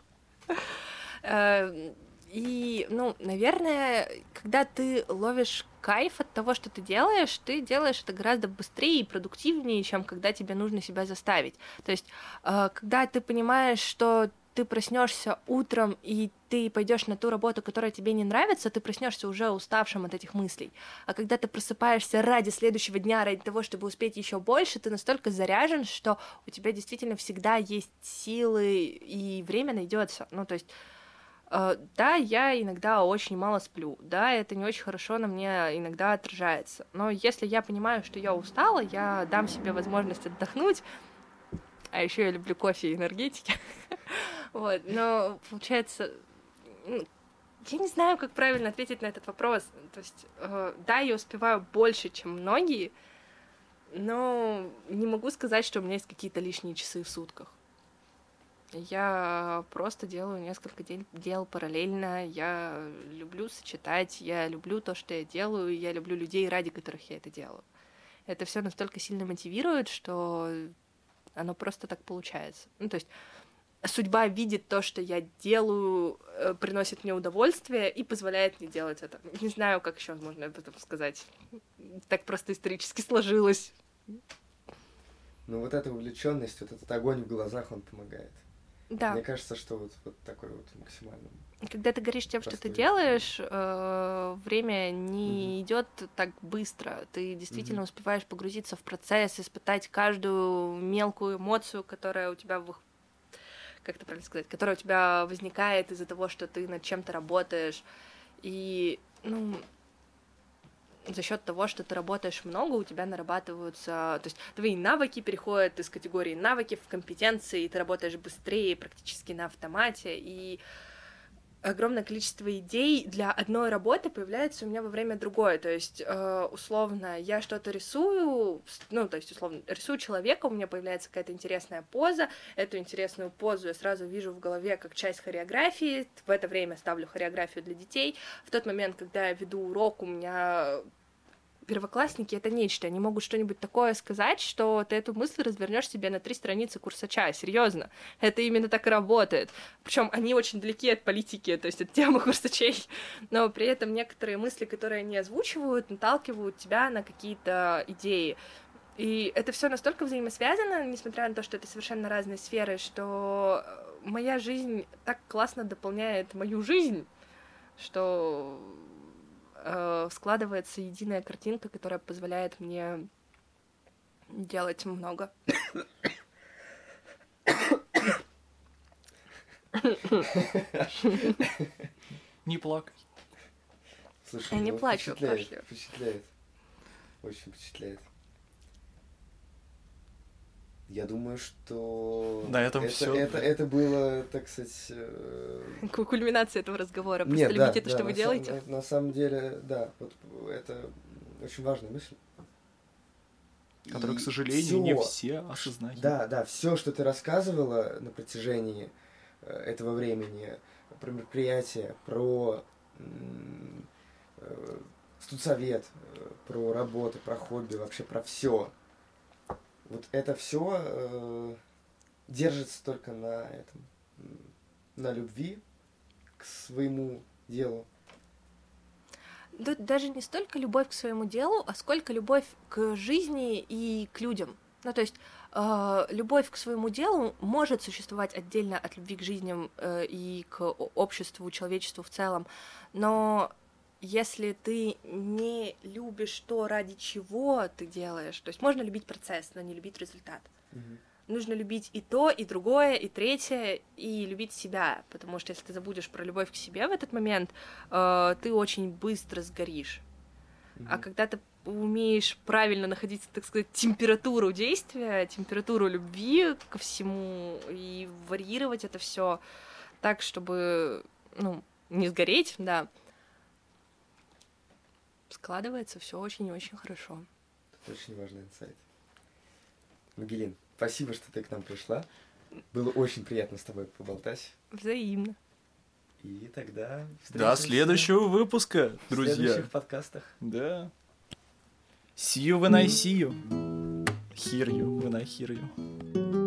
И, ну, наверное, когда ты ловишь кайф от того, что ты делаешь это гораздо быстрее и продуктивнее, чем когда тебе нужно себя заставить. То есть, когда ты понимаешь, что ты проснешься утром и ты пойдешь на ту работу, которая тебе не нравится, ты проснешься уже уставшим от этих мыслей. А когда ты просыпаешься ради следующего дня, ради того, чтобы успеть еще больше, ты настолько заряжен, что у тебя действительно всегда есть силы и время найдется. Ну, то есть, да, я иногда очень мало сплю, да, это не очень хорошо на мне иногда отражается. Но если я понимаю, что я устала, я дам себе возможность отдохнуть. А еще я люблю кофе и энергетики. Вот, но получается, я не знаю, как правильно ответить на этот вопрос. То есть, да, я успеваю больше, чем многие, но не могу сказать, что у меня есть какие-то лишние часы в сутках. Я просто делаю несколько дел параллельно, я люблю сочетать, я люблю то, что я делаю, я люблю людей, ради которых я это делаю. Это все настолько сильно мотивирует, что оно просто так получается. Ну, то есть судьба видит то, что я делаю, приносит мне удовольствие и позволяет мне делать это. Не знаю, как еще можно об этом сказать. Так просто исторически сложилось. Ну вот эта увлеченность, вот этот огонь в глазах, он помогает. Да. Мне кажется, что вот такой вот максимально. Когда ты горишь тем, что ты Простой. делаешь, время не идет так быстро. Ты действительно успеваешь погрузиться в процесс, испытать каждую мелкую эмоцию, которая у тебя как это правильно сказать, которая у тебя возникает из-за того, что ты над чем-то работаешь. И, ну, за счет того, что ты работаешь много, у тебя нарабатываются, то есть твои навыки переходят из категории навыки в компетенции, и ты работаешь быстрее, практически на автомате, и огромное количество идей для одной работы появляется у меня во время другой. То есть, условно, я что-то рисую, ну, то есть, условно, рисую человека, у меня появляется какая-то интересная поза, эту интересную позу я сразу вижу в голове как часть хореографии, в это время ставлю хореографию для детей. В тот момент, когда я веду урок, у меня первоклассники — это нечто, они могут что-нибудь такое сказать, что ты эту мысль развернешь себе на 3 страницы курсача, серьезно, это именно так и работает, причем они очень далеки от политики, то есть от темы курсачей, но при этом некоторые мысли, которые они озвучивают, наталкивают тебя на какие-то идеи, и это все настолько взаимосвязано, несмотря на то, что это совершенно разные сферы, что моя жизнь так классно дополняет мою жизнь, что складывается единая картинка, которая позволяет мне делать много. Не плакай. Слушай, Я не ну, плачу, впечатляет, кашляю. впечатляет. Очень впечатляет. Я думаю, что На этом всё. это было, так сказать... Кульминация этого разговора. Просто Нет, да, любите то, что да, вы делаете. На самом деле, да, вот это очень важная мысль. Которую, И к сожалению, всё, не все осознают. Да, все, что ты рассказывала на протяжении этого времени, про мероприятия, про студсовет, про работу, про хобби, вообще про все. Вот это все держится только на этом, на любви к своему делу. Тут даже не столько любовь к своему делу, а сколько любовь к жизни и к людям. Ну, то есть любовь к своему делу может существовать отдельно от любви к жизням и к обществу, человечеству в целом, но если ты не любишь то, ради чего ты делаешь, то есть можно любить процесс, но не любить результат. Нужно любить и то, и другое, и третье, и любить себя, потому что если ты забудешь про любовь к себе в этот момент, ты очень быстро сгоришь. А когда ты умеешь правильно находить, так сказать, температуру действия, температуру любви ко всему и варьировать это все так, чтобы, ну, не сгореть, да, складывается все очень и очень хорошо. Это очень важный инсайт. Ангелин, спасибо, что ты к нам пришла. Было очень приятно с тобой поболтать. Взаимно. И тогда До следующего выпуска, в друзья. следующих подкастах. Да. See you when I see you. Hear you when I hear you.